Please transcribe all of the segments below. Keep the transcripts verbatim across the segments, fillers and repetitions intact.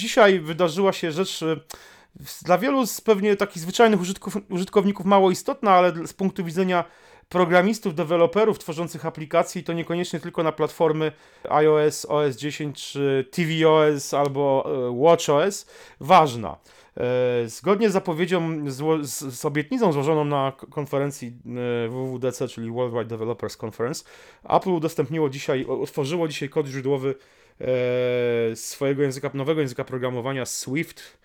dzisiaj wydarzyła się rzecz e, dla wielu z pewnie takich zwyczajnych użytków, użytkowników mało istotna, ale z punktu widzenia programistów, deweloperów tworzących aplikacje, to niekoniecznie tylko na platformy iOS, O S dziesięć, czy tvOS albo watchOS, ważna. Zgodnie z zapowiedzią, z, z obietnicą złożoną na konferencji W W D C, czyli Worldwide Developers Conference, Apple udostępniło dzisiaj, otworzyło dzisiaj kod źródłowy swojego języka, nowego języka programowania Swift.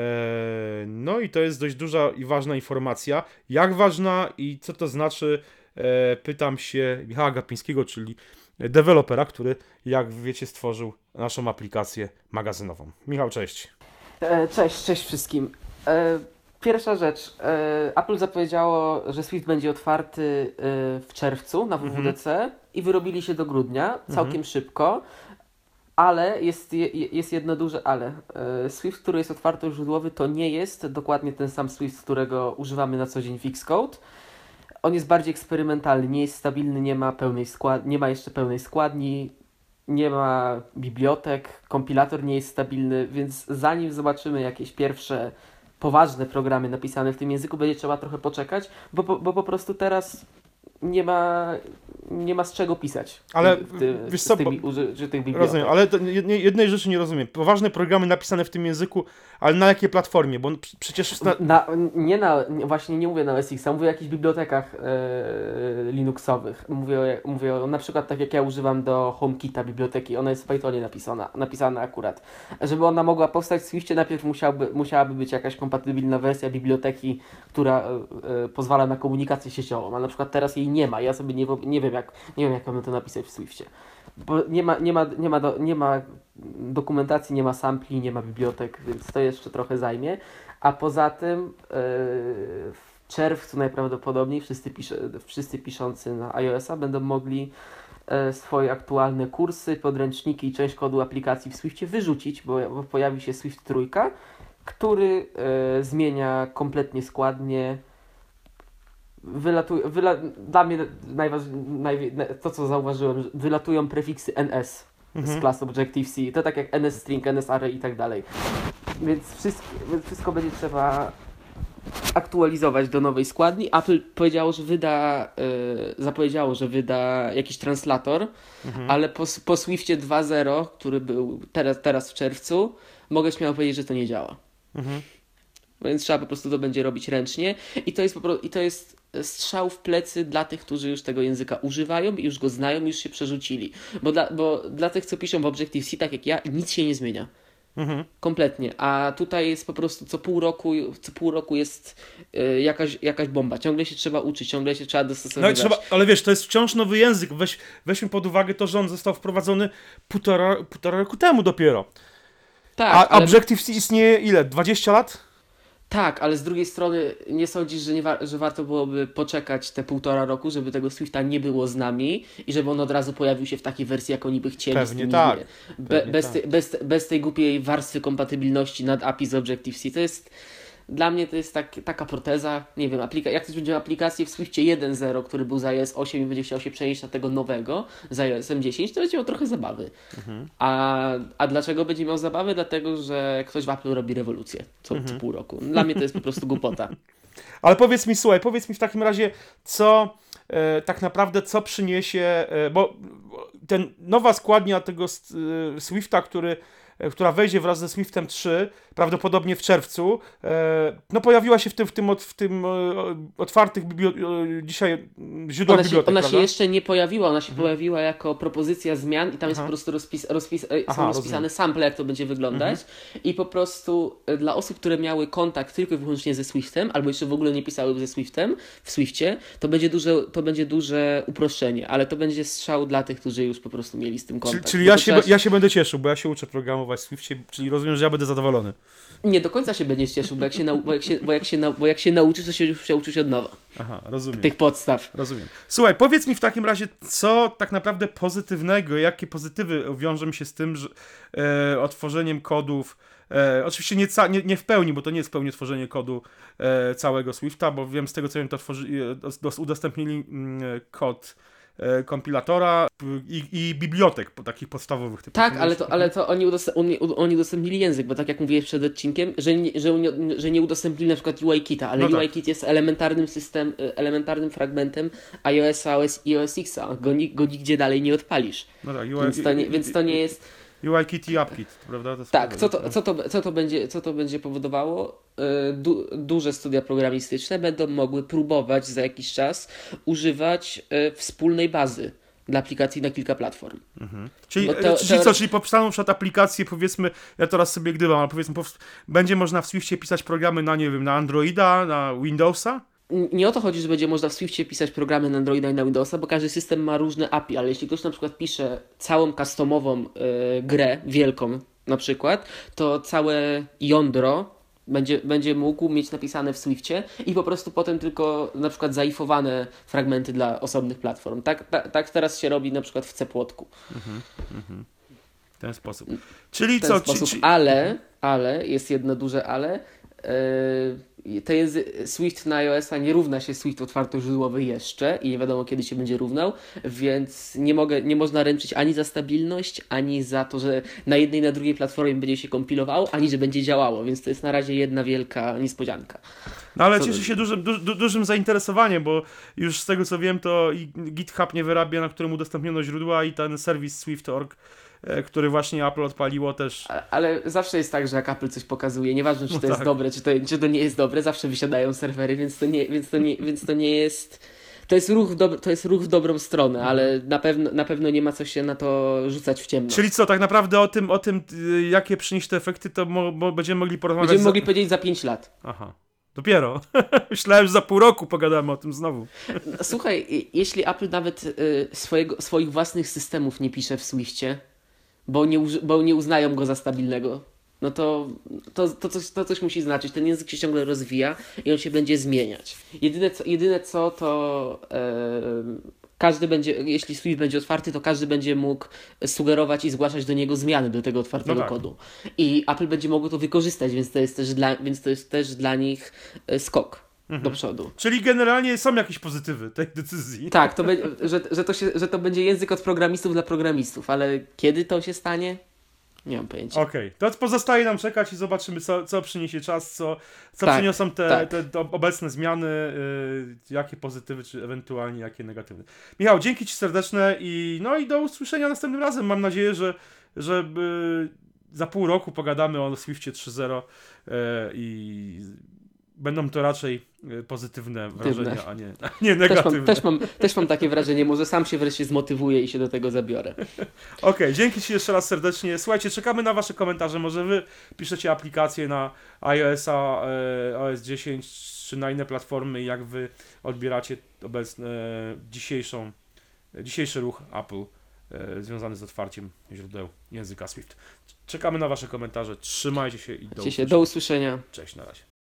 No i to jest dość duża i ważna informacja. Jak ważna i co to znaczy, pytam się Michała Gapińskiego, czyli dewelopera, który, jak wiecie, stworzył naszą aplikację magazynową. Michał, cześć. Cześć, cześć wszystkim. Pierwsza rzecz. Apple zapowiedziało, że Swift będzie otwarty w czerwcu na W W D C mhm. i wyrobili się do grudnia, całkiem mhm. szybko. Ale jest, jest jedno duże ale. Swift, który jest otwartoźródłowy, to nie jest dokładnie ten sam Swift, którego używamy na co dzień w Xcode. On jest bardziej eksperymentalny, nie jest stabilny, nie ma pełnej skład... nie ma jeszcze pełnej składni, nie ma bibliotek, kompilator nie jest stabilny, więc zanim zobaczymy jakieś pierwsze poważne programy napisane w tym języku, będzie trzeba trochę poczekać, bo, bo, bo po prostu teraz nie ma, nie ma z czego pisać. Ale ty, wiesz co, tymi użytych bibliotek. Rozumiem, ale to jednej rzeczy nie rozumiem. Poważne programy napisane w tym języku, ale na jakiej platformie? Bo przecież... Na... Na, nie na, właśnie nie mówię na O S X, mówię o jakichś bibliotekach e, Linuxowych. Mówię o, mówię o, na przykład tak jak ja używam do HomeKita biblioteki, ona jest w Pythonie napisana, napisana akurat. Żeby ona mogła powstać w Swiftie, najpierw musiałby, musiałaby być jakaś kompatybilna wersja biblioteki, która e, pozwala na komunikację sieciową, a na przykład teraz jej nie ma. Ja sobie nie, nie wiem jak nie wiem jak mam to napisać w Swiftie. Bo nie ma, nie ma, nie ma, do, nie ma dokumentacji, nie ma sampli, nie ma bibliotek, więc to jeszcze trochę zajmie. A poza tym yy, w czerwcu najprawdopodobniej wszyscy, pisze, wszyscy piszący na iOS-a będą mogli yy, swoje aktualne kursy, podręczniki i część kodu aplikacji w Swiftie wyrzucić, bo, bo pojawi się Swift trójka, który yy, zmienia kompletnie składnie. Wylatuje, wyla, dla mnie najważniejsze, to co zauważyłem, wylatują prefiksy N S mhm. z klas Objective-C. To tak jak N S String, N S Array i tak dalej. Więc wszystko, wszystko będzie trzeba aktualizować do nowej składni. Apple powiedziało, że wyda, yy, zapowiedziało, że wyda jakiś translator, mhm. ale po, po Swiftie dwa zero, który był teraz, teraz w czerwcu, mogę śmiało powiedzieć, że to nie działa. Mhm. Więc trzeba po prostu to będzie robić ręcznie i to jest po prostu, i to jest strzał w plecy dla tych, którzy już tego języka używają i już go znają i już się przerzucili. Bo dla, bo dla tych, co piszą w Objective-C, tak jak ja, nic się nie zmienia. Mhm. Kompletnie. A tutaj jest po prostu co pół roku, co pół roku jest y, jakaś, jakaś bomba. Ciągle się trzeba uczyć, ciągle się trzeba dostosowywać. No i trzeba, ale wiesz, to jest wciąż nowy język. Weź, weźmy pod uwagę to, że on został wprowadzony półtora, półtora roku temu dopiero. Tak, A ale... Objective-C istnieje ile? dwadzieścia lat? Tak, ale z drugiej strony nie sądzisz, że, nie wa- że warto byłoby poczekać te półtora roku, żeby tego Swifta nie było z nami i żeby on od razu pojawił się w takiej wersji, jak oni by chcieli. Pewnie tak. Be- bez, tak. Te, bez, bez tej głupiej warstwy kompatybilności nad A P I z Objective-C. To jest... Dla mnie to jest tak, taka proteza, nie wiem, aplika- jak ktoś będzie aplikację w Swiftie jeden zero, który był z iOS osiem i będzie chciał się przenieść na tego nowego, z iOS dziesięć, to będzie miał trochę zabawy. Mhm. A, a dlaczego będzie miał zabawy? Dlatego, że ktoś w Apple robi rewolucję co, mhm. co pół roku. Dla mnie to jest po prostu głupota. Ale powiedz mi, słuchaj, powiedz mi w takim razie, co e, tak naprawdę, co przyniesie, e, bo ten nowa składnia tego e, Swifta, który która wejdzie wraz ze Swiftem trzy, prawdopodobnie w czerwcu, no pojawiła się w tym, w tym, w tym otwartych biblio- dzisiaj źródłach ona się, bibliotek, Ona prawda? się jeszcze nie pojawiła, ona się mhm. pojawiła jako propozycja zmian i tam jest Aha. po prostu rozpis, rozpis, Aha, są rozpisane rozumiem. sample, jak to będzie wyglądać mhm. i po prostu dla osób, które miały kontakt tylko i wyłącznie ze Swiftem, albo jeszcze w ogóle nie pisały ze Swiftem, w Swiftie, to będzie duże, to będzie duże uproszczenie, ale to będzie strzał dla tych, którzy już po prostu mieli z tym kontakt. Czyli, czyli ja, się, ja się będę cieszył, bo ja się uczę programować w Swiftie, czyli rozumiem, że ja będę zadowolony. Nie do końca się będziesz cieszył, bo jak się, nau- bo jak się, bo jak się, nau- bo jak się nauczysz, to się już się uczyć od nowa. Aha, rozumiem. Tych podstaw. Rozumiem. Słuchaj, powiedz mi w takim razie, co tak naprawdę pozytywnego, jakie pozytywy wiążą się z tym, że e, otworzeniem kodów, e, oczywiście nie, ca- nie, nie w pełni, bo to nie jest w pełni tworzenie kodu e, całego Swifta, bo wiem z tego, co wiem, to tworzy, e, dos- udostępnili mm, kod e, kompilatora i, i bibliotek po takich podstawowych typów. Tak, ale to, ale to oni, udostęp, oni, oni udostępnili język, bo tak jak mówiłeś przed odcinkiem, że nie, że, nie, że nie udostępnili na przykład U I Kita, ale No tak. U I Kit jest elementarnym system, elementarnym fragmentem iOS-a i O S X-a. Go, go nigdzie dalej nie odpalisz. No tak, U I, Więc to nie, więc to nie jest... U I Kit i AppKit, prawda? To Tak, co to, co, to, co, to będzie, co to będzie powodowało? Du, duże studia programistyczne będą mogły próbować za jakiś czas używać y, wspólnej bazy dla aplikacji na kilka platform. Mhm. Czyli, to, czyli to... co, czyli powstaną na przykład aplikacje, powiedzmy, ja teraz sobie gdybam, ale powiedzmy, powst- będzie można w Swiftie pisać programy na, nie wiem, na Androida, na Windowsa? Nie o to chodzi, że będzie można w Swiftie pisać programy na Androida i na Windowsa, bo każdy system ma różne A P I, ale jeśli ktoś na przykład pisze całą customową y, grę, wielką na przykład, to całe jądro będzie, będzie mógł mieć napisane w Swiftie i po prostu potem tylko na przykład zaifowane fragmenty dla osobnych platform. Tak, tak, tak teraz się robi na przykład w C++. Mhm, mhm. W ten sposób. Czyli W ten co? sposób, Czy, czy... ale, ale, jest jedno duże ale, yy, to języ- Swift na iOS-a nie równa się Swift otwartoźródłowy jeszcze i nie wiadomo kiedy się będzie równał, więc nie mogę, nie można ręczyć ani za stabilność, ani za to, że na jednej i na drugiej platformie będzie się kompilowało, ani że będzie działało, więc to jest na razie jedna wielka niespodzianka. No ale Co- cieszy się dużym, du, du, dużym zainteresowaniem, bo już z tego co wiem, to i GitHub nie wyrabia, na którym udostępniono źródła i ten serwis Swift kropka org, e, który właśnie Apple odpaliło też. A- Ale zawsze jest tak, że jak Apple coś pokazuje, nieważne czy No to jest tak. dobre, czy to, czy to nie jest dobre, zawsze wysiadają serwery, więc to nie, więc to nie, więc to nie jest... To jest, ruch w dob- to jest ruch w dobrą stronę, ale na pewno, na pewno nie ma co się na to rzucać w ciemno. Czyli co, tak naprawdę o tym, o tym y, jakie przynieść te efekty, to mo, mo, będziemy mogli porozmawiać. Będziemy za... mogli powiedzieć za pięć lat. Aha, dopiero. Myślałem, że za pół roku pogadamy o tym znowu. Słuchaj, i- jeśli Apple nawet y, swojego, swoich własnych systemów nie pisze w Swiftie, bo nie, uży- bo nie uznają go za stabilnego, no to, to, to, coś, to coś musi znaczyć. Ten język się ciągle rozwija i on się będzie zmieniać. Jedyne co, jedyne co to e, każdy będzie, jeśli Swift będzie otwarty, to każdy będzie mógł sugerować i zgłaszać do niego zmiany do tego otwartego No tak. kodu. I Apple będzie mogło to wykorzystać, więc to jest też dla, więc to jest też dla nich e, skok do przodu. Czyli generalnie są jakieś pozytywy tej decyzji. Tak, to be, że, że, to się, że to będzie język od programistów dla programistów, ale kiedy to się stanie? Nie mam pojęcia. Okej, to pozostaje nam czekać i zobaczymy, co, co przyniesie czas, co, co Tak, przyniosą te, tak. te, te obecne zmiany, y, jakie pozytywy, czy ewentualnie jakie negatywne. Michał, dzięki Ci serdeczne i no i do usłyszenia następnym razem. Mam nadzieję, że, że y, za pół roku pogadamy o Swiftie trzy zero y, i będą to raczej y, pozytywne wrażenia, a nie, a nie Też negatywne. mam, też, mam, też mam takie wrażenie, może sam się wreszcie zmotywuję i się do tego zabiorę. Okej, dzięki Ci jeszcze raz serdecznie. Słuchajcie, czekamy na Wasze komentarze. Może Wy piszecie aplikacje na iOS-a, e, O S dziesięć czy na inne platformy, jak Wy odbieracie obecne, dzisiejszą, dzisiejszy ruch Apple e, związany z otwarciem źródeł języka Swift. Czekamy na Wasze komentarze. Trzymajcie się i do Się, usłyszenia. do usłyszenia. Cześć, na razie.